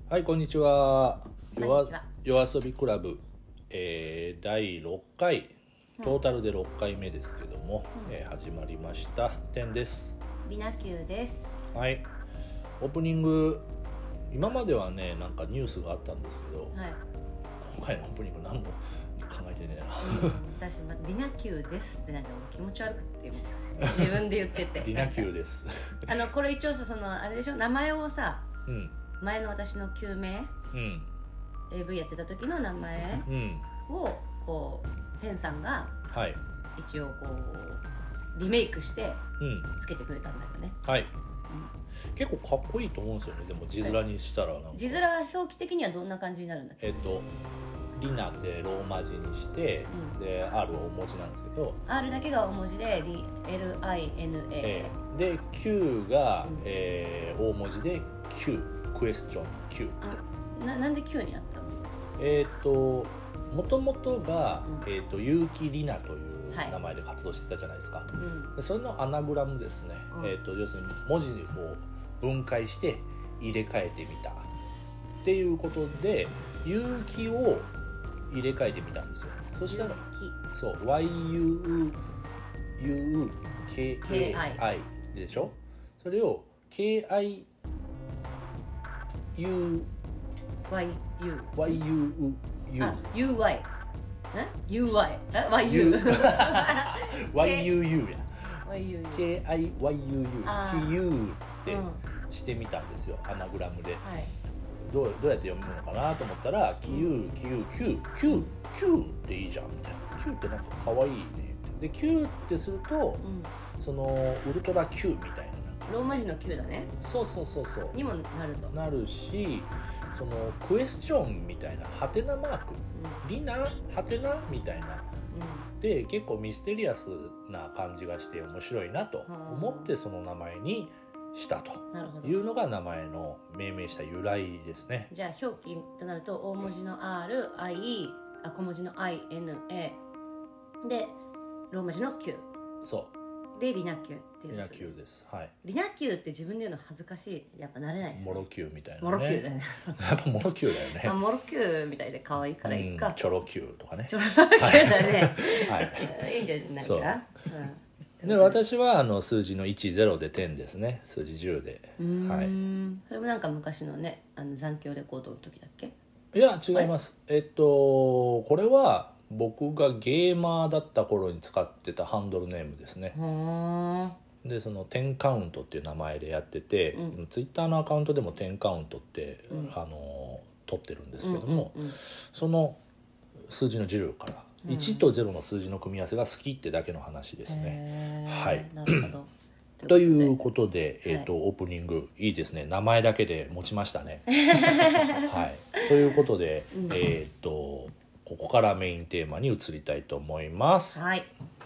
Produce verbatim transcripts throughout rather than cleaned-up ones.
はい、こんにちは。 こんにちは夜遊びクラブ、えー、だいろっかい、トータルでろっかいめですけども、うんえー、始まりました。てんです。 リナキューです。 はい、オープニング、今まではね、なんかニュースがあったんですけど、はい、今回のオープニング何も考えてねえな。うん、 私、ま、リナキューですってなんか気持ち悪くって自分で言ってて。 リナキューです。 あのこれ一応さ、そのあれでしょ、名前をさ、 うん、前の私の救命、うん、エーブイ やってた時の名前をこうテンさんが一応こうリメイクしてつけてくれたんだよね、 うん、はい、うん、結構かっこいいと思うんですよね。でも字面にしたらなんか字面表記的にはどんな感じになるんだっけ。 えっとリナってローマ字にして、うん、で R 大文字なんですけど R だけが大文字で エルアイエヌエー、 で Q が、うんえー、大文字で Q、クエスチョン Q、 うん、な, なんで Q になったの。 えっ、ー、ともともとが、うんえー、と結城里奈という名前で活動してたじゃないですか、はい、でそれのアナグラムですね、うんえー、と要するに文字を分解して入れ替えてみたっていうことで結城を入れ替えてみたんですよ。そしたらそう ワイユーユーケーアイ でしょ。それを ケーアイユーワイユーワイユーユーあ ユーワイ え ユーワイ え ワイユーワイユーユー やワイユーユーケーアイワイユーユー キユーってしてみたんですよ、アナグラムで、はい、どう, どうやって読むのかなと思ったら キユー、キユー、キュー、キュー、キューっていいじゃんみたいな。キューってなんか可愛いねで、キューってすると、うん、そのウルトラ Q みたいなローマ字の Q だね。 そうそうそうそうにもなるとなるし、そのクエスチョンみたいなハテナマーク、うん、リナハテナみたいな、うん、で結構ミステリアスな感じがして面白いなと思ってその名前にしたというのが名前の命名した由来ですね。 じゃあ表記となると大文字の R、I、あ小文字の I、N、A でローマ字の Q、 そうでリナキューっていうリナキューです、はい、 リナキューって自分で言うの恥ずかしい、やっぱ慣れないですね。 モロキューみたいなね。 モロキューだねやっぱモロキューだよね。 あモロキューみたいで可愛いからいいか、うん、 チョロキューとかね。 チョロキューだね、はい、いいんじゃないか。 うん、で私はあの数字のいち、ゼロでてんですね。数字じゅうで。 うーん、はい、それもなんか昔のね、あの残響レコードの時だっけ。 いや違います。えっとこれは僕がゲーマーだった頃に使ってたハンドルネームですね。でそのテンカウントっていう名前でやってて、うん、ツイッターのアカウントでもテンカウントって、うん、あの取ってるんですけども、うんうんうん、その数字のじゅうから、うん、いちとゼロの数字の組み合わせが好きってだけの話ですね。はい、なるほどということで、えーとはい、オープニングいいですね。名前だけで持ちましたね。はい、ということで、うん、えっ、ー、とここからメインテーマに移りたいと思います。 はい。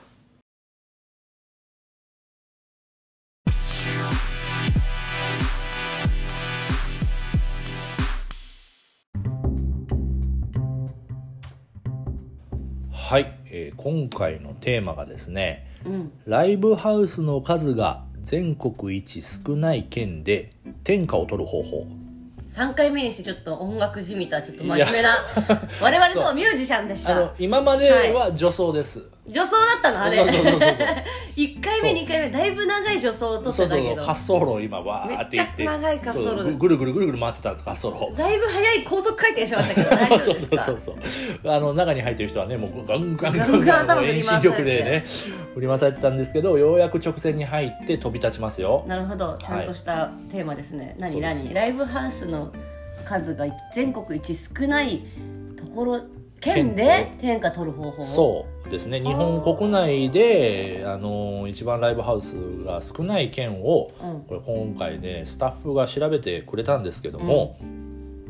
はい、えー、今回のテーマがですね、うん、ライブハウスの数が全国一少ない県で天下を取る方法。 さんかいめにしてちょっと音楽じみたちょっと真面目な我々そうミュージシャンでした。 あの今までは女装です、はい、 女装だったのあれ。そうそうそうそういっかいめにかいめだいぶ長い女装を取ってたけど、そうそう滑走路を今わーって言ってめっちゃ長い滑走路ぐるぐるぐるぐる回ってたんです。滑走路だいぶ早い高速回転しましたけど大丈夫ですか。 そうそうそうそうあの中に入ってる人はねもうガンガンガンガンガン遠心力でね振り回されてたんですけど、ようやく直線に入って飛び立ちますよ。 なるほど、ちゃんとしたテーマですね、はい、何何ライブハウスの数が全国一少ないところ県で天下取る方法。 そうですね、日本国内であの一番ライブハウスが少ない県を、うん、これ今回ねスタッフが調べてくれたんですけども、うん、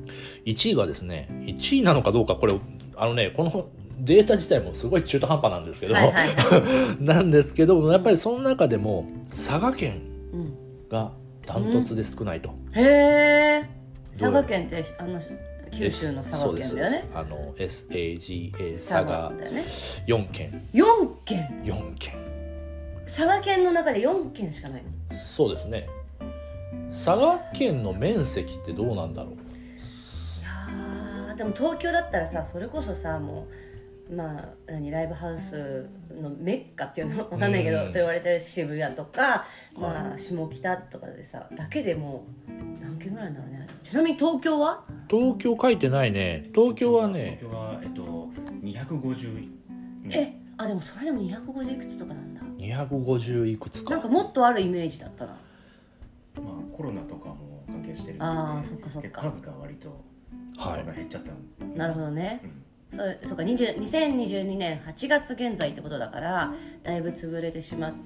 いちいがですねいちいなのかどうかこれあのねこのデータ自体もすごい中途半端なんですけど、はいはいはい、なんですけどやっぱりその中でも佐賀県がダントツで少ないと、 うん、へー佐賀県ってあの九州の佐賀県だよね。 あの エスエージーエー 佐賀よんけん。 よんけん。 よんけん。 佐賀県の中でよんけんしかないの。 そうですね。佐賀県の面積ってどうなんだろう。 でも東京だったらさ、それこそさ、もうまあ何ライブハウスのメッカっていうのわかんないけど、うん、と言われてる渋谷とか、まあ、下北とかでさだけでも何件ぐらいなんだろうね。ちなみに東京は？ 東京書いてないね。東京はね、 東京はえっとにひゃくごじゅう、 うん、えあでもそれでもにひゃくごじゅういくつとかなんだ。 にひゃくごじゅういくつか。 なんかもっとあるイメージだったな。 まあコロナとかも関係してるので、あそっかそっか、 数が割と幅が減っちゃった、はい、 なるほどね、うん、そ, そうかにせんにじゅうにねんはちがつ現在ってことだからだいぶ潰れてしまって、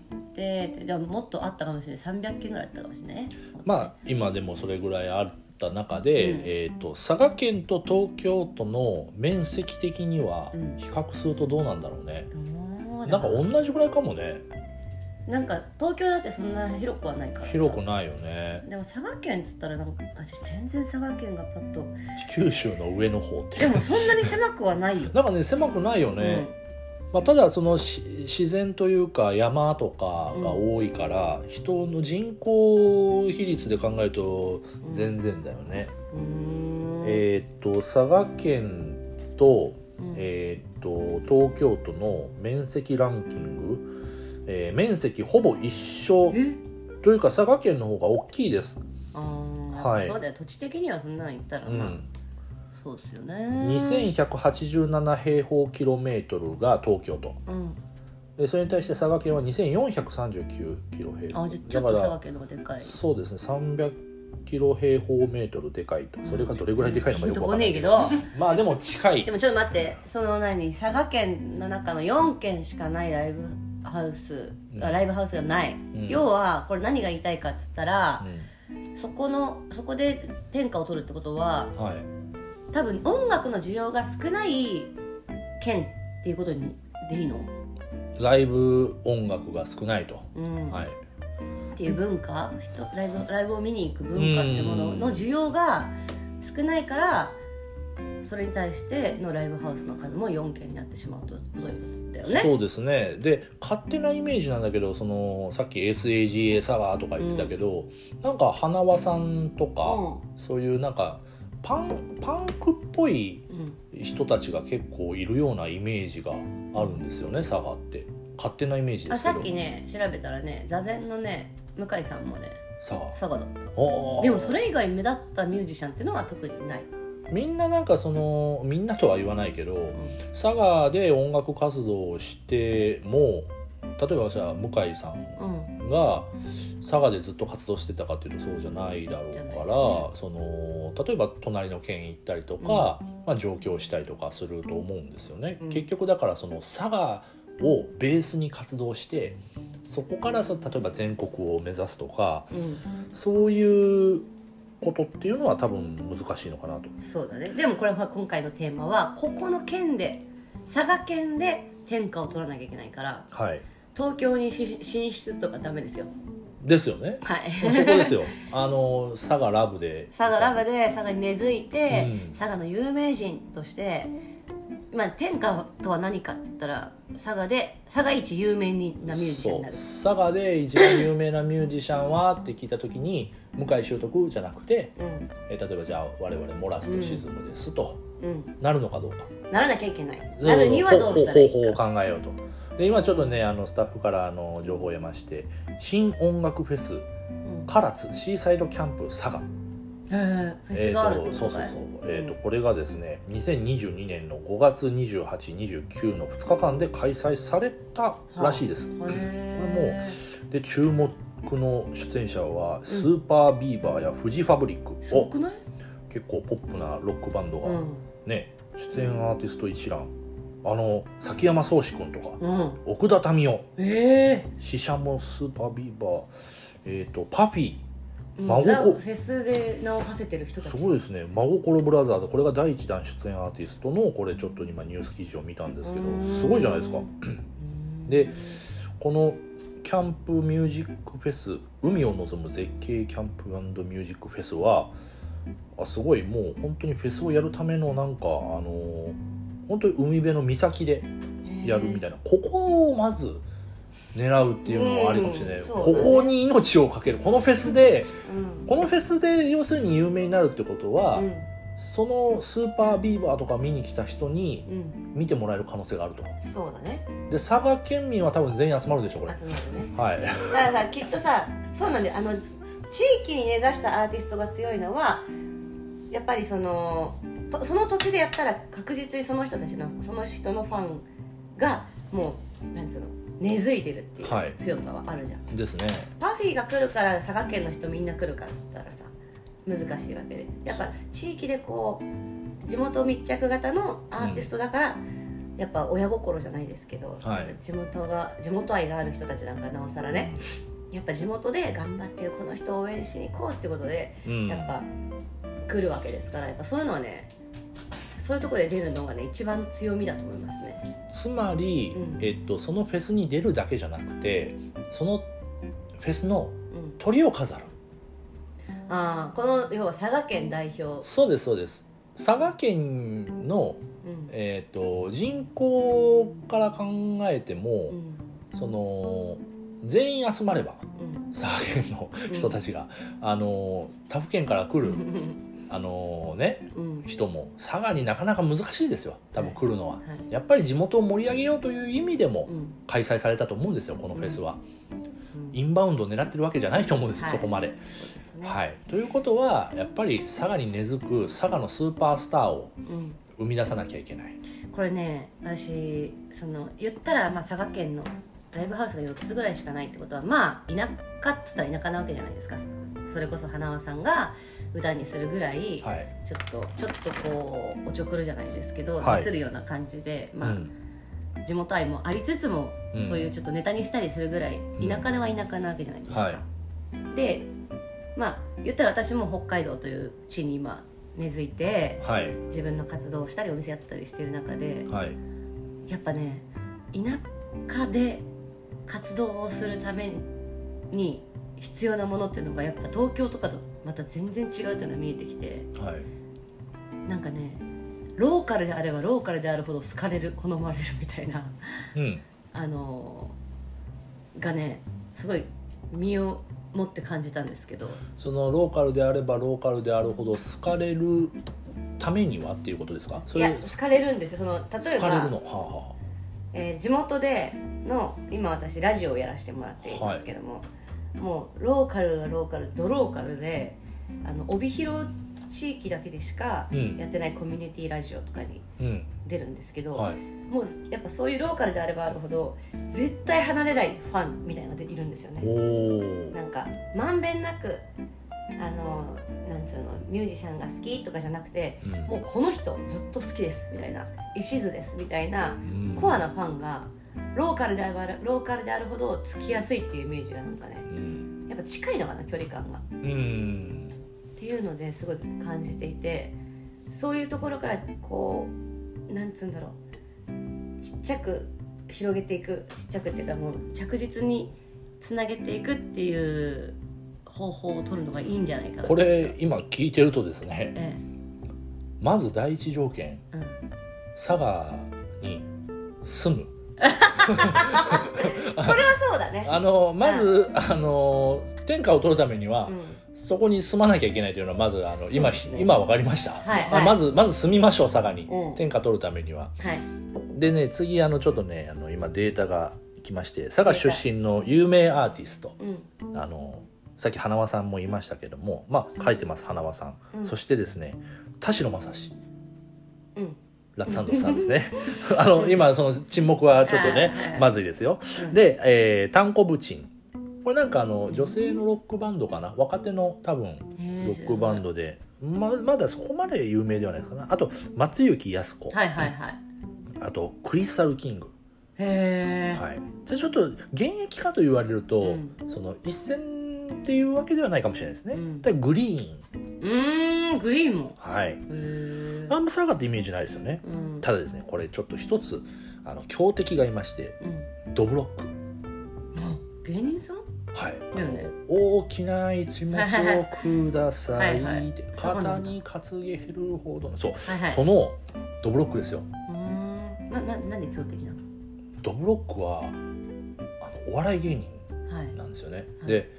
じゃあもっとあったかもしれない。さんびゃっけんぐらいあったかもしれないね。 まあ今でもそれぐらいあった中で、うん、えー、と佐賀県と東京都の面積的には比較するとどうなんだろうね、うん、なんか同じぐらいかもね。 なんか東京だってそんな広くはないからさ。 広くないよね。 でも佐賀県っつったらなんか私全然佐賀県がパッと九州の上の方ってでもそんなに狭くはないよなんかね狭くないよね、うんまあ、ただその自然というか山とかが多いから、うん、人の人口比率で考えると全然だよね、うん、えー、っと佐賀県と、うん、えー、っと東京都の面積ランキング、えー、面積ほぼ一緒というか佐賀県の方が大きいです。 あ、はい、そうだよ。土地的にはそんなの言ったら、まあ、うん、そうですよね。 にせんひゃくはちじゅうなな平方キロメートルが東京都、うん、でそれに対して佐賀県はにせんよんひゃくさんじゅうきゅうキロ平方。 あ、じゃあちょっと佐賀県の方がでかい。 そうですね、さんびゃくキロ平方メートルでかいと。それがどれぐらいでかいのかよくわかんないけど、まあでも近い。 でもちょっと待って、その何佐賀県の中のよんけんしかないライブハウス、うん、ライブハウスがない、うん、要はこれ何が言いたいかっつったら、うん、そこのそこで天下を取るってことは、はい、多分音楽の需要が少ない県っていうことにでいいの？ ライブ音楽が少ないと、うん、はい、 っていう文化、ライブ、ライブを見に行く文化ってものの需要が少ないから、それに対してのライブハウスの数もよんけんになってしまうということだよね。 そうですね。で勝手なイメージなんだけど、そのさっき エスエージーエー サガーとか言ってたけど、うん、なんか花輪さんとか、うん、そういうなんかパン、パンクっぽい人たちが結構いるようなイメージがあるんですよね、佐賀って。勝手なイメージですけど。 あ、さっきね調べたらね、座禅のね向井さんもね佐賀佐賀だった。でもそれ以外目立ったミュージシャンっていうのは特にない。 みんななんかそのみんなとは言わないけど、うん、佐賀で音楽活動をしても、例えばじゃあ向井さんが佐賀でずっと活動してたかというとそうじゃないだろうから、その例えば隣の県行ったりとか、うん、まあ、上京したりとかすると思うんですよね、うん、結局だからその佐賀をベースに活動してそこからさ、例えば全国を目指すとか、うん、そういうことっていうのは多分難しいのかなと。 そうだね。でもこれは今回のテーマはここの県で佐賀県で天下を取らなきゃいけないから、はい、東京に進出とかダメですよ。 ですよね。はい。そこですよ。あの佐賀ラブで佐賀ラブで佐賀に根付いて、うん、佐賀の有名人として、まあ、天下とは何かって言ったら佐賀で佐賀一有名なミュージシャンになる。 佐賀で一番有名なミュージシャンはって聞いた時に向井秀徳じゃなくて、うん、え例えばじゃあ我々モラスとシズムですと、うん、なるのかどうか。 ならなきゃいけない。なるにはどうしたらいいか。 方法を考えようと。で今ちょっとねあのスタッフからあの情報を得まして、新音楽フェス、うん、唐津シーサイドキャンプ佐賀、 へフェスがあるってことだよ。 そうそうそう、えーと、これがですねにせんにじゅうにねんのごがつにじゅうはち、にじゅうきゅうのふつかかんで開催されたらしいです。これもで注目の出演者はスーパービーバーやフジファブリック、 すごくない？ 結構ポップなロックバンドが、うん、ね、出演アーティスト一覧、あの崎山宗志君とか、うん、奥田民生、えー、シシャモ、スーパービーバー、えーとパフィー、 真心フェスで名を馳せてる人たち。 すごいですね。真心ブラザーズ、これがだいいちだん出演アーティストの、これちょっと今ニュース記事を見たんですけど、すごいじゃないですか。でこのキャンプミュージックフェス、海を望む絶景キャンプ&ミュージックフェスはあすごい、もう本当にフェスをやるためのなんかあの本当に海辺の岬でやるみたいな、ここをまず狙うっていうのもありかもしれない、うん、ここに命をかける、このフェスで、うん、このフェスで要するに有名になるってことは、うん、 そのスーパービーバーとか見に来た人に見てもらえる可能性があると、 うん、そうだね。 で佐賀県民は多分全員集まるでしょこれ。 集まるね。 はい。 だからさきっとさそうなんであの地域に根ざしたアーティストが強いのはやっぱりそのその土地でやったら確実にその人たちのその人のファンがもうなんつうの根付いてるっていう強さはあるじゃん、 はい、ですね。 パフィーが来るから佐賀県の人みんな来るかっつったらさ難しいわけで、やっぱ地域でこう地元密着型のアーティストだから、うん、やっぱ親心じゃないですけど、はい、地元が地元愛がある人たちなんかなおさらね、やっぱ地元で頑張ってるこの人を応援しに行こうってことで、うん、やっぱ来るわけですから、やっぱそういうのはねそういうところで出るのがね一番強みだと思いますね。 つまり、うんえっと、そのフェスに出るだけじゃなくてそのフェスの鳥を飾る、 うん、ああこの要は佐賀県代表。 そうですそうです。佐賀県の、うんえっと、人口から考えても、うん、その全員集まれば、うん、佐賀県の人たちが、うん、あの他府県から来るあのね、うん、人も佐賀になかなか難しいですよ多分来るのは、はいはい、やっぱり地元を盛り上げようという意味でも開催されたと思うんですよこのフェスは、うんうん、インバウンドを狙ってるわけじゃないと思うんですよ、はい、そこまで、そうですね、はい、ということはやっぱり佐賀に根付く佐賀のスーパースターを生み出さなきゃいけない、 うん、これね私その言ったらまあ佐賀県のライブハウスがよっつぐらいしかないってことはまあ田舎っつったら田舎なわけじゃないですか。それこそ花輪さんが歌にするぐらい、はい、ちょっとちょっとこうおちょくるじゃないですけど、はい、するような感じで、まあうん、地元愛もありつつも、うん、そういうちょっとネタにしたりするぐらい田舎では田舎なわけじゃないですか、はい、でまあ言ったら私も北海道という地に今根付いて、はい、自分の活動をしたりお店やったりしてる中で、はい、やっぱね田舎で活動をするために必要なものっていうのがやっぱ東京とかとまた全然違うっていうのが見えてきて、はい、なんかねローカルであればローカルであるほど好かれる好まれるみたいな、うん、あのがねすごい身を持って感じたんですけど、 そのローカルであればローカルであるほど好かれるためにはっていうことですか？ いや好かれるんですよ。その例えば好かれるの、はあはあえー、地元での今私ラジオをやらせてもらっていますけども、はい、もうローカルがローカルドローカルであの帯広地域だけでしかやってないコミュニティラジオとかに出るんですけど、うんはい、もうやっぱそういうローカルであればあるほど絶対離れないファンみたいなのがいるんですよね。なんかまんべんなくあのなんつうのミュージシャンが好きとかじゃなくて、うん、もうこの人ずっと好きですみたいな一途ですみたいな、うん、コアなファンがローカルであるローカルであるほどつきやすいっていうイメージがなんかね、うん、やっぱ近いのかな距離感が、うん、っていうのですごい感じていて、そういうところからこうなんつうんだろうちっちゃく広げていくちっちゃくっていうかもう着実につなげていくっていう方法を取るのがいいんじゃないかな。 これ今聞いてるとですね、ええ、まず第一条件、うん、佐賀に住むそれはそうだね。 あのまずあの天下を取るためには、うん、そこに住まなきゃいけないというのはまずあの、ね、今今分かりました、はいはい、まずまず住みましょう佐賀に、うん、天下取るためには、はい、でね次あのちょっとねあの今データが来まして、佐賀出身の有名アーティスト、うん、あのさっき花輪さんも言いましたけども、まあ書いてます花輪さん、うん、そしてですね田代正史、うん、ラッツサンドさんですねあの今その沈黙はちょっとねまずいですよ、うん、で、えー、タンコブチン、これなんかあの女性のロックバンドかな、若手の多分ロックバンドで ま, まだそこまで有名ではないですかな。あと松雪泰子、はいはいはい、あとクリスタルキング、へー、はい、でちょっと現役かと言われると、うん、その一線っていうわけではないかもしれないですね、うん、でグリーン、 うーんグリーンも、 はい、へー、あんま佐賀ってイメージないですよね、うん、ただですねこれちょっと一つあの強敵がいまして、うん、ドブロック、 あ芸人さん、 はい、ね、大きな一物をください、はいはい、肩に担げるほどのそう、はいはい、そのドブロックですよ。うーん な, な, なんで強敵なの？ ドブロックはあのお笑い芸人なんですよね、はい、で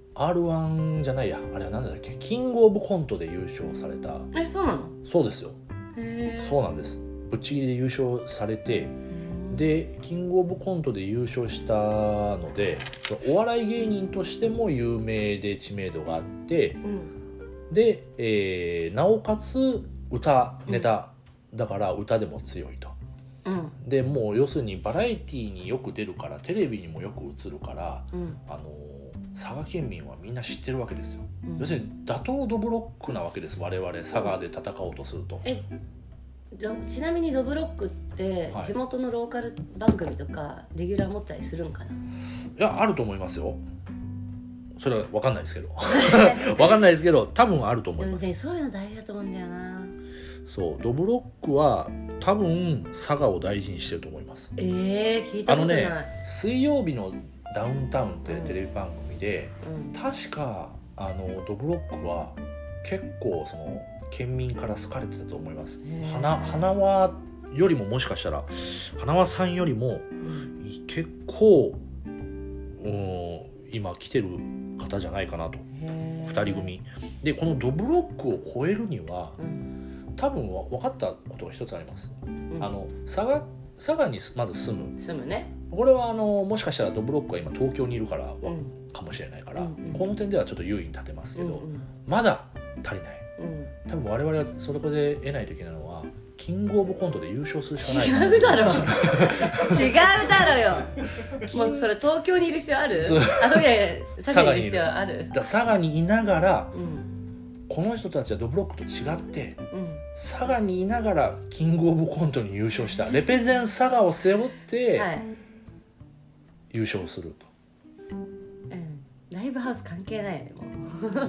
アールワン じゃないや、あれは何だっけ、キングオブコントで優勝された。 え、そうなの？ そうですよ。 へー。 そうなんです。ぶっちぎりで優勝されて、でキングオブコントで優勝したので、お笑い芸人としても有名で知名度があって、うん、で、えー、なおかつ歌ネタ、うん、だから歌でも強いと、うん、でもう要するにバラエティーによく出るからテレビにもよく映るから、うん、あの佐賀県民はみんな知ってるわけですよ、うん、要するに打倒ドブロックなわけです、我々佐賀で戦おうとすると。 えちなみにドブロックって地元のローカル番組とかレギュラー持ったりするんかな？いや、あると思いますよ。それは分かんないですけど分かんないですけど多分あると思います。 でそういうの大事だと思うんだよな。 そうドブロックは多分佐賀を大事にしてると思います。 えー、聞いたことない。 あのね、水曜日のダウンタウンってテレビ番組で、うん、確かあのドブロックは結構その県民から好かれてたと思います。花花輪よりももしかしたら花輪さんよりも結構、うん、今来てる方じゃないかなと。ふたり組でこのドブロックを超えるには、うん、多分分かったことが一つあります、うん、あの佐賀、佐賀にまず住む住むね。これはあのもしかしたらドブロックは今東京にいるから、うん、かもしれないから、うんうん、この点ではちょっと優位に立てますけど、うんうん、まだ足りない、うん、多分我々はそこで得ないといけないのはキングオブコントで優勝するしかない。 違うだろ違うだろよもうそれ東京にいる必要ある？あ、そういやいや佐賀にいる必要ある？ だ佐賀にいながら、うん、この人たちはドブロックと違って、うん、佐賀にいながらキングオブコントに優勝したレペゼン佐賀を背負って、はい、優勝すると、 うん、ライブハウス関係ないよねもう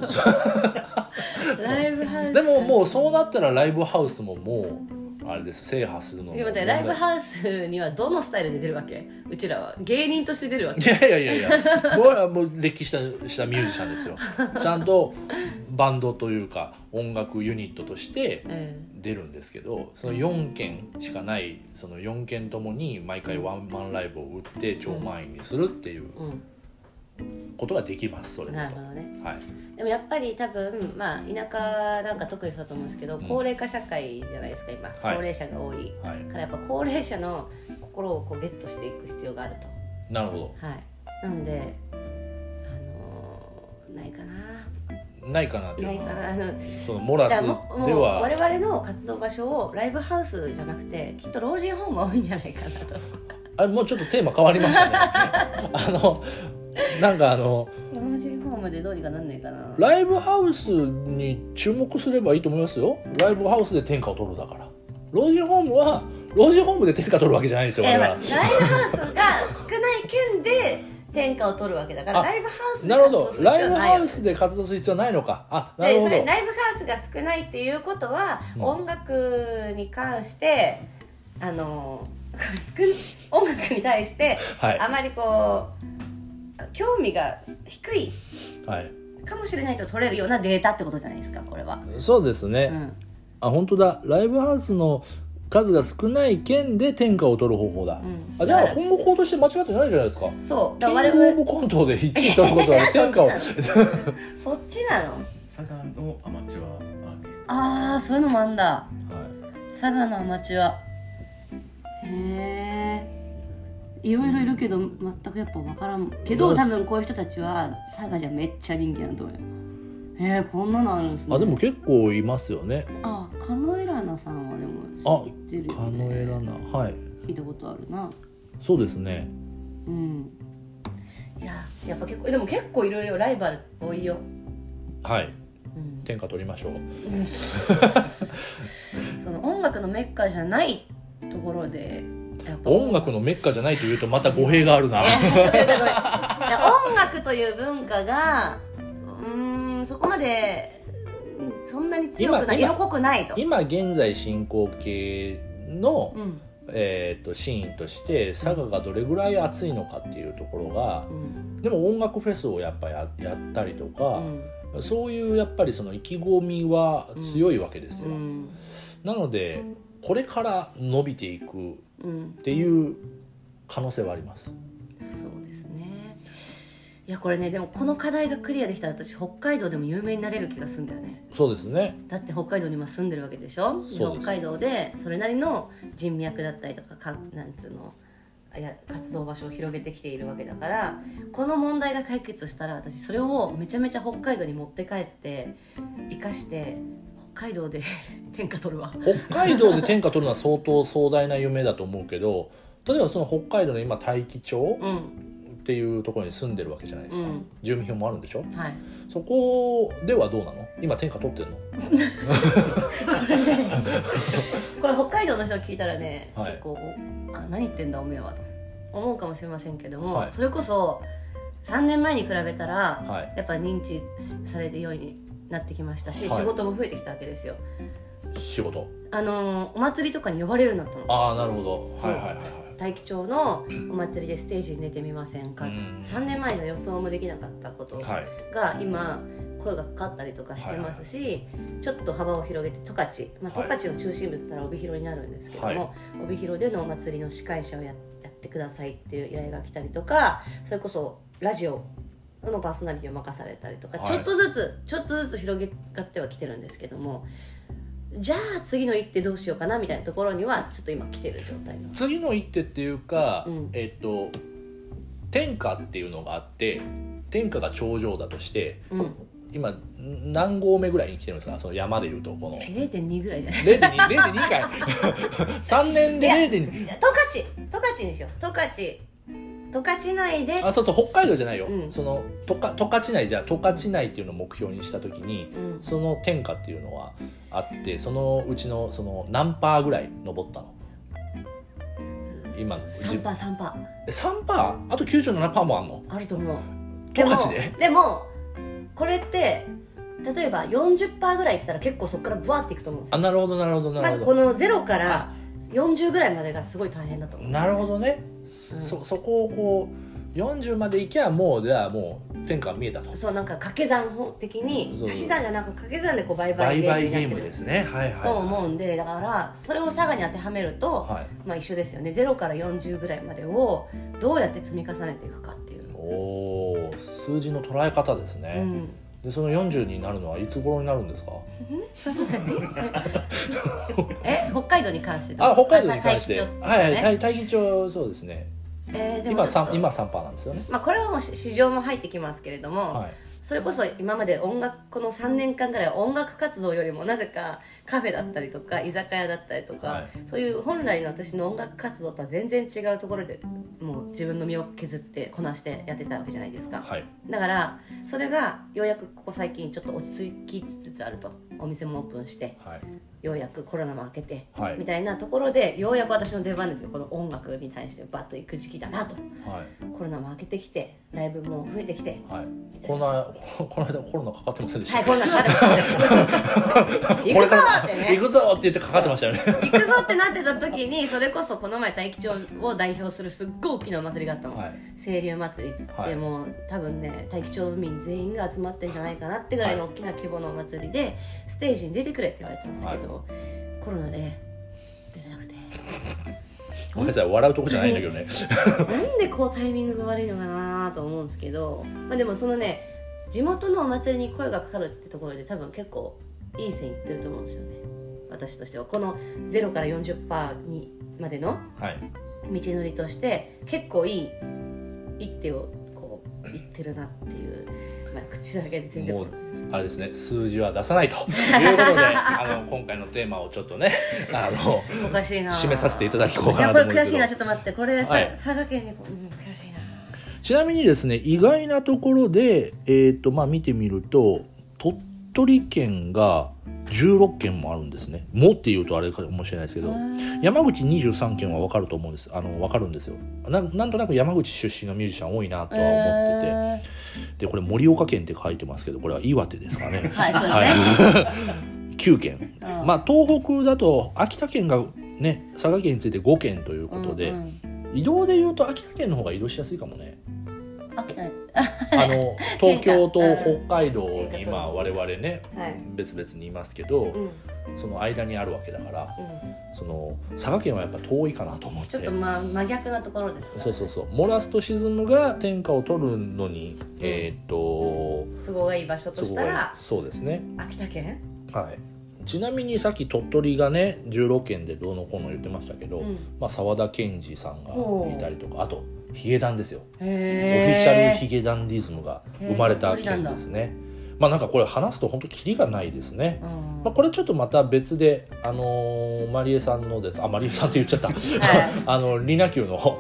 ライブハウスでももうそうなったらライブハウスももうあれです、制覇するのも。 待って、ライブハウスにはどのスタイルで出るわけ？うちらは芸人として出るわけ？ いやいやいやいや僕はもう歴史したミュージシャンですよちゃんとバンドというか音楽ユニットとして出るんですけど、そのよんけんしかないそのよんけんともに毎回ワンマンライブを打って超満員にするっていうことができます。それなるほどね、 はい、 でもやっぱり多分、まあ、田舎なんか特にそうだと思うんですけど、うん、高齢化社会じゃないですか今、はい、高齢者が多い、はい、からやっぱ高齢者の心をこうゲットしていく必要があると。 なるほど、 はい、なので、あのー、ないかなないかなっていうないかなあのそのモラスでは我々の活動場所をライブハウスじゃなくてきっと老人ホームが多いんじゃないかなとあれもうちょっとテーマ変わりましたねあのなんかあの老人ホームでどうにかなんねえかな。 ライブハウスに注目すればいいと思いますよ。ライブハウスで天下を取るだから。老人ホームは老人ホームで天下取るわけじゃないですよ。 ライブハウスが少ない県で天下を取るわけだからライブハウスで活動する必要はない。なるほど、ライブハウスで活動する必要はないのか。あ、なるほど。 でそれライブハウスが少ないっていうことは、うん、音楽に関してあの音楽に対して、はい、あまりこう興味が低いかもしれないと取れるようなデータってことじゃないですかこれは。 そうですね、うん、あ本当だ、ライブハウスの数が少ない県で天下を取る方法だ、うん、あじゃあ本国法として間違ってないじゃないですか。 そうだからキングオブコントでいちい取ることは天下をそっちなの佐賀のアマチュアアーティスト。 ああそういうのもあんだ、はい、佐賀のアマチュアへえいろいろいるけど全くやっぱ分からんけど多分こういう人たちは佐賀じゃめっちゃ人気なんだと思うよ。へえこんなのあるんですね。 あでも結構いますよね。 あカノエラナさんはでも知ってるよね。 あカノエラナはい聞いたことあるな。 そうですね。 うんいややっぱ結構でも結構いろいろライバル多いよ。 はい、うん、天下取りましょう、うん、 その音楽のメッカじゃないところで音楽のメッカじゃないというとまた語弊があるな。音楽という文化がうーんそこまでそんなに強くない色濃くないと。 今現在進行形の、うんえー、とシーンとして佐賀がどれぐらい熱いのかっていうところが、うん、でも音楽フェスをやっぱ や, やったりとか、うん、そういうやっぱりその意気込みは強いわけですよ、うん、なのでこれから伸びていくっていう可能性はあります、 うん、そうですね。 いやこれねでもこの課題がクリアできたら私北海道でも有名になれる気がするんだよね。 そうですね。 だって北海道に今住んでるわけでしょ。北海道でそれなりの人脈だったりとか、かなんつうのいや活動場所を広げてきているわけだから、この問題が解決したら私それをめちゃめちゃ北海道に持って帰って生かして北海道で天下取るわ。 北海道で天下取るのは相当壮大な夢だと思うけど、例えばその北海道の今大樹町、うんっていうところに住んでるわけじゃないですか、うん、住民票もあるんでしょ、 はい、 そこではどうなの？今天下取ってんの？これねこれ北海道の人が聞いたらね、はい、結構あ何言ってんだおめえはと思うかもしれませんけども、はい、それこそさんねんまえに比べたら、はい、やっぱ認知されるようになってきましたし、はい、仕事も増えてきたわけですよ。 仕事あのお祭りとかに呼ばれるようになったの。 ああなるほど、はいはいはい、 大樹町のお祭りでステージに出てみませんか、うん、さんねんまえの予想もできなかったことが今声がかかったりとかしてますし、はいはい、ちょっと幅を広げて十勝、まあ、十勝の中心部って言ったら帯広になるんですけども、はい、帯広でのお祭りの司会者を や, やってくださいっていう依頼が来たりとか、それこそラジオのパーソナリティを任されたりとか、はい、ちょっとずつちょっとずつ広げがってはきてるんですけども、じゃあ次の一手どうしようかなみたいなところにはちょっと今来てる状態の。 次の一手っていうか、うん、えっと天下っていうのがあって、天下が頂上だとして、うん、今何合目ぐらいに来てるんですか？その山でいうとこのれいてんに ぐらいじゃない？ れいてんに れいてんに かいさんねんで れいてんに十勝十勝にしよう。十勝十勝内で、 あそうそう北海道じゃないよ、うん、その十勝内じゃ十勝内っていうのを目標にした時に、うん、その天下っていうのはあって、そのうちのその何パーぐらい登ったの？今さんパーセント さんパーセントさんパーセント あと きゅうじゅうななパーセント もあんの？ あると思う。 十勝で？ でもこれって例えば よんじゅっパーセント ぐらいいったら結構そこからブワーっていくと思うんですよ。 あなるほどなるほどなるほど。 まずこのゼロからよんじゅうぐらいまでがすごい大変だと思う。 なるほどね、うん、そ, そこをこうよんじゅうまでいきゃもうではもう天下見えたと。 そうなんか掛け算的に足し算じゃなく掛け算でこう売買ゲームですね、はいはい、 と思うんで、だからそれを佐賀に当てはめると、はい、まあ一緒ですよね。ゼロからよんじゅうぐらいまでをどうやって積み重ねていくかっていう。 おー、数字の捉え方ですね、うん、でそのよんじゅうになるのはいつ頃になるんですか？ え北海道に関してあ北海道に関して、ね、はいはい大樹町そうですね、えー、でも今 3, 今 さんパーセント なんですよね。 まあ、これはもう市場も入ってきますけれども、はい、それこそ今まで音楽このさんねんかんぐらい音楽活動よりもなぜかカフェだったりとか居酒屋だったりとか、はい、そういう本来の私の音楽活動とは全然違うところでもう自分の身を削ってこなしてやってたわけじゃないですか、はい、だからそれがようやくここ最近ちょっと落ち着きつつあると。お店もオープンして、はい、ようやくコロナも明けて、はい、みたいなところでようやく私の出番ですよ。この音楽に対してバッと行く時期だなと、はい、コロナも明けてきてライブも増えてきて、はい、 このこの間コロナかかってませんでした？ はい、コロナかかってました行くぞってね、 行くぞって言ってかかってましたよね行くぞってなってた時に、それこそこの前大樹町を代表するすっごい大きなお祭りがあったの、はい、清流祭りっつって、はい、もう多分ね大樹町民全員が集まってんじゃないかなってぐらいの大きな規模のお祭りで、はい、ステージに出てくれって言われてたんですけど、はい、コロナで出れなくてごめんなさい、笑うとこじゃないんだけどねなんでこうタイミングが悪いのかなと思うんですけど、まあ、でもそのね地元のお祭りに声がかかるってところで多分結構いい線いってると思うんですよね。私としてはこのゼロから よんじゅっパーセント にまでの道のりとして結構いい一手をこういってるなっていう、まあ、口だけで全然もうあれですね、数字は出さないということであの今回のテーマをちょっとねあのおかしいな締めさせていただきこうかなと思うんですけど、いやこれ悔しいな、ちょっと待って、これ、はい、佐賀県に、うん、悔しいな。 ちなみにですね、意外なところで、えーとまあ、見てみると鳥取県がじゅうろっけんもあるんですね。もっていうとあれかもしれないですけど、山口にじゅうさんけんは分かると思うんです。あの分かるんですよ。 な, なんとなく山口出身のミュージシャン多いなとは思ってて、えー、でこれ盛岡県って書いてますけど、これは岩手ですかねはいそうですね、 はい、きゅうけん、うん、まあ東北だと秋田県がね佐賀県についてごけんということで、うんうん、移動でいうと秋田県の方が移動しやすいかもね。 秋田あの東京と北海道に今我々ね、はい、別々にいますけど、うん、その間にあるわけだから、うん、その佐賀県はやっぱ遠いかなと思ってちょっと、まあ、真逆なところです、ね、 そうそうそうモラストシズムが天下を取るのに、うん、えー、っと都合がいい場所としたらそうですね秋田県はいちなみにさっき鳥取がねじゅうろくけんでどうのこうの言ってましたけど、うんまあ、沢田研二さんがいたりとかあとヒゲダンですよオフィシャルヒゲダンディズムが生まれた県ですねまあなんかこれ話すと本当キリがないですね、うんまあ、これちょっとまた別であのー、マリエさんのですあマリエさんって言っちゃった、はい、あのリナ級の、はい、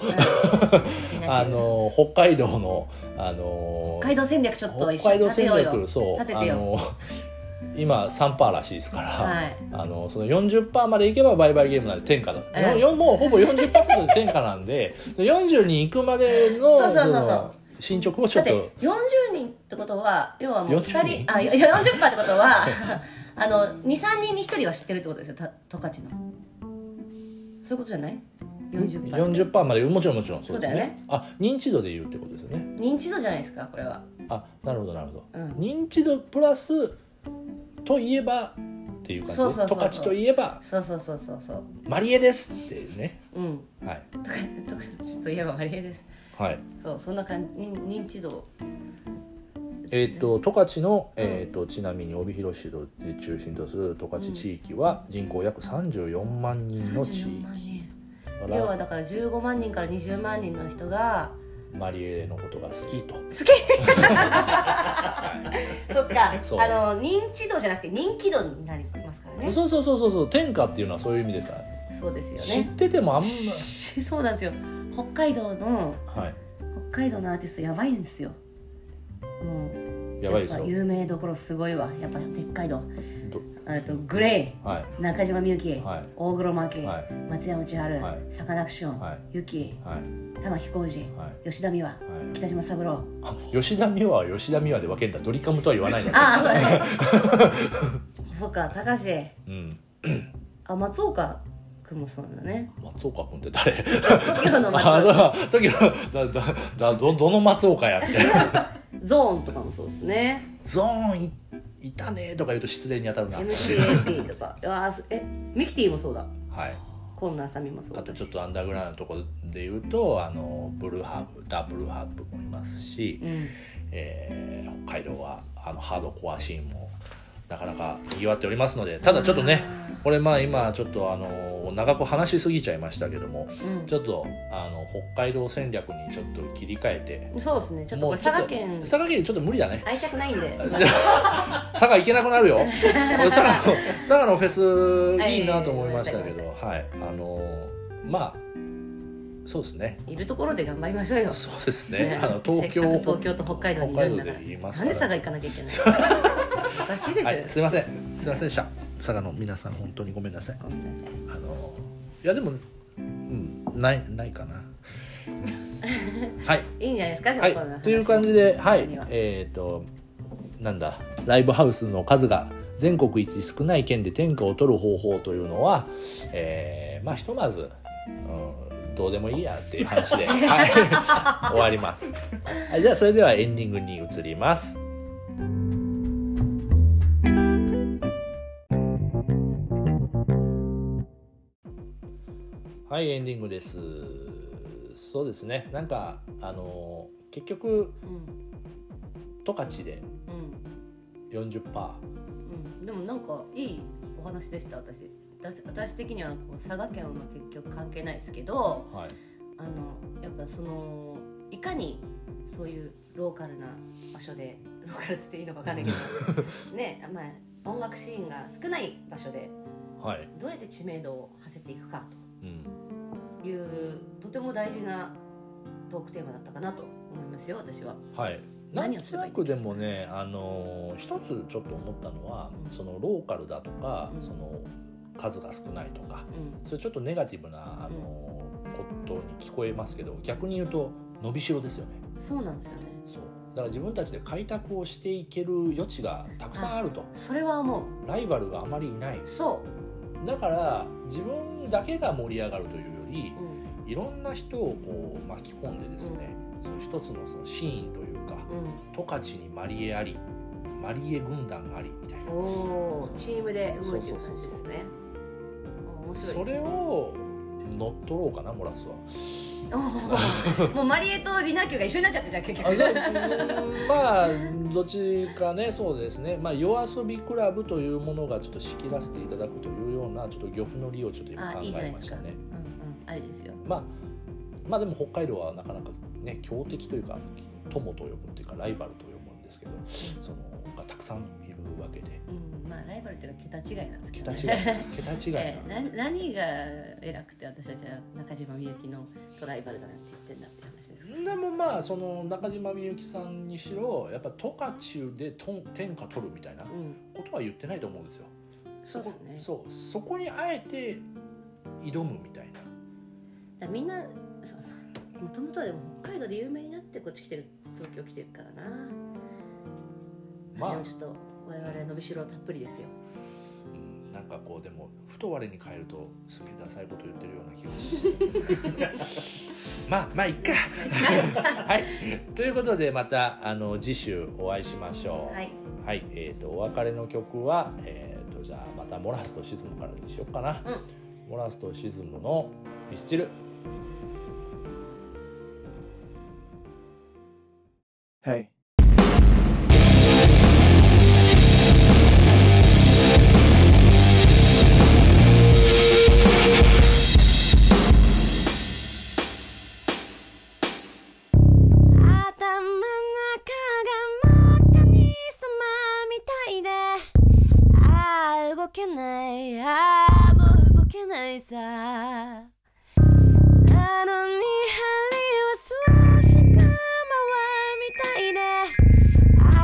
あのー、北海道の、あのー、 北海道戦略ちょっと一緒に立てようよそう立ててよ、 あのー今 さんパーセント らしいですから、はい、あのその よんじゅっパーセント までいけば売買ゲームなんで天下だ、えー、もうほぼ よんじゅっパーセント で天下なんでよんじゅうに行くまでのそうそうそうそう進捗をちょっとだってよんじゅうにんってことは要はもうふたりあ よんじゅっパーセント ってことはあの にさんにんにひとりは知ってるってことですよ十勝のそういうことじゃないよんじゅっパーセントよんじゅっパーセント までもちろんもちろんそうですね、そうだよねあ認知度で言うってことですよね認知度じゃないですかこれはあなるほどなるほど、うん、認知度プラスといえばっていう感じで十勝といえばそうそうそうそうそうマリエですっていうねうんはい十勝といえばマリエですはいそうそんな感じ認知度えー、と十勝の、えー、とちなみに帯広市を中心とする十勝地域は人口約さんじゅうよんまんにんの地域、 うん、要はだからじゅうごまんにんからにじゅうまんにんの人がマリエのことが好きと好きそっかあの認知度じゃなくて人気度になりますからねそうそうそうそうそう天下っていうのはそういう意味ですから、 そうですよね知っててもあんまそうなんですよ北海道の、はい、北海道のアーティストやばいんですよもうやばいですよ有名どころすごいわやっぱでっかいどとグレイ、はい、中島みゆき、はい、大黒摩季、はい、松山千春、はい、サカナクション、はい、ユキ、はい、玉置浩二、はい、吉田美和、はい、北島三郎あ吉田美和は吉田美和で分けるんだドリカムとは言わないんだあそうだねそっか高橋、うん、あ松岡君もそうなんだね松岡君って誰トキオの松岡トキオだだだ ど, どの松岡やってゾーンとかもそうですねゾーンいいたねとか言うと失礼に当たるなエムシーエーティー とかいやえミキティもそうだはい今野あさみもそうだあとちょっとアンダーグラウンドのところで言うとあのブルーハーブダブルハーブもいますし、うんえー、北海道はあのハードコアシーンもなかなか賑わっておりますのでただちょっとねこれまあ今ちょっとあの長く話しすぎちゃいましたけども、うん、ちょっとあの北海道戦略にちょっと切り替えてそうですねちょっとこれ佐賀県佐賀県ちょっと無理だね愛着ないんで佐賀行けなくなるよ佐賀の佐賀のフェスいいなと思いましたけど、はい、はい、あのまあそうですねいるところで頑張りましょうよそうですね、ね、あの東京東京と北海道にいるんだからなんで佐賀行かなきゃいけないおかしいでしょ、はい、 すいませんすいませんでした佐賀の皆さん本当にごめんなさいごめんなさいあのいやでも、うん、ないないかなはいいいんじゃないですか、 はい、という感じではいえっ、ー、となんだライブハウスの数が全国一少ない県で天下を取る方法というのは、えー、まあひとまず、うん、どうでもいいやっていう話で、はい、終わります、はい、じゃあそれではエンディングに移ります。はいエンディングです。そうですねなんかあのー、結局、うん、十勝で よんじゅっパーセント、 うん、でもなんかいいお話でした私私的にはこう佐賀県は結局関係ないですけど、はい、あのやっぱそのいかにそういうローカルな場所でローカルっていいのか分かんないけどね、まあ、音楽シーンが少ない場所で、はい、どうやって知名度を馳せていくかという、うん、とても大事なトークテーマだったかなと思いますよ私は。 はいなんとなくでもね、あのー、一つちょっと思ったのは、うん、そのローカルだとか、うん、その数が少ないとか、うん、それちょっとネガティブな、あのー、ことに聞こえますけど逆に言うと伸びしろですよね。 そうなんですよね。 そうだから自分たちで開拓をしていける余地がたくさんあると。 それは思う。 ライバルがあまりいない。 そうだから自分だけが盛り上がるというより、うん、いろんな人をこう巻き込んでですね、うん、その一つのそのシーンというか、うん、十勝にマリエありマリエ軍団ありみたいな、 おーチームで動いてる感じですね。 面白いですね。それを乗っ取ろうかなモラスは。 もうマリエとリナキューが一緒になっちゃってじゃん結局。 まあどっちかね。そうですね、まあ、夜遊びクラブというものがちょっと仕切らせていただくというようなちょっと玉の利をちょっと今考えましたね。 ありですよ。 まあまあでも北海道はなかなかね強敵というか友と呼ぶっていうかライバルと呼ぶんですけど、そのがたくさんいるわけで、 うん、まあライバルっていうか桁違いなんですけど、ね、 桁違い桁違いえな何が偉くて私たちは中島みゆきのとライバルだなんて言ってんだって話ですか。 でもまあその中島みゆきさんにしろやっぱ十勝でと天下取るみたいなことは言ってないと思うんですよ、 うん、そうですね。 そこ、そうそこにあえて挑むみたいな。 だみんなもともとはでも北海道で有名になってこっち来てる東京来てるからな。まあでもちょっと我々伸びしろたっぷりですよ。 うん、なんかこうでもふと我に返るとすげえダサいこと言ってるような気がしまあまあいっかはいということでまたあの次週お会いしましょう。はい、はい、えーとお別れの曲はえーとじゃあまたモラスとシズムからにしようかな、うん、モラスとシズムのミスチル。 Hey.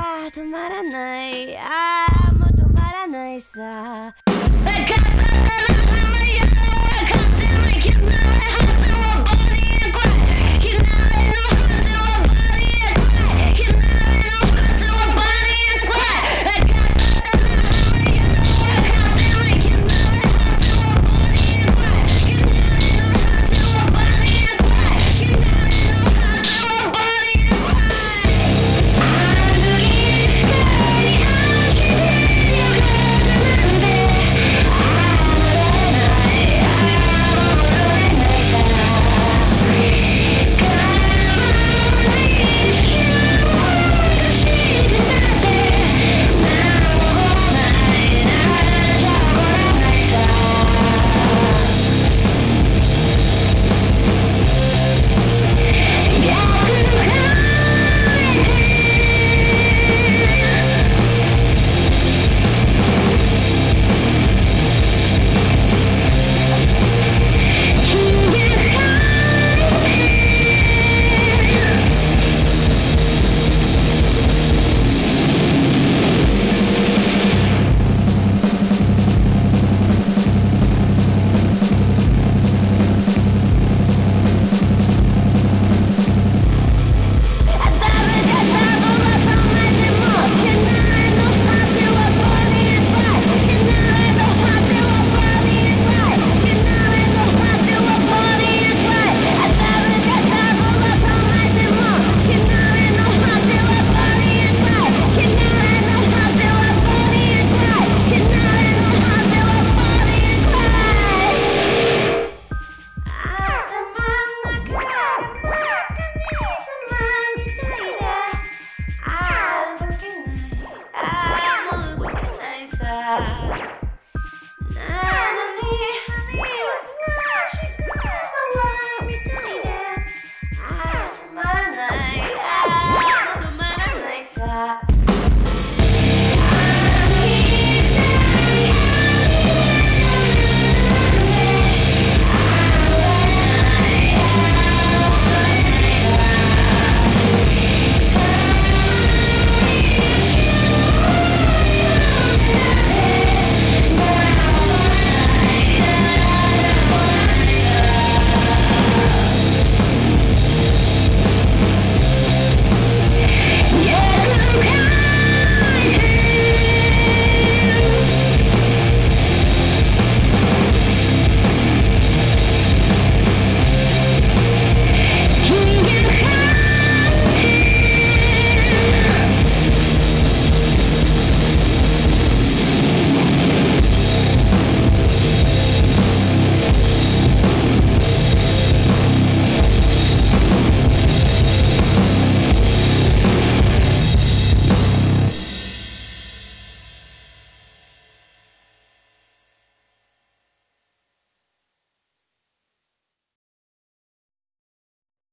I got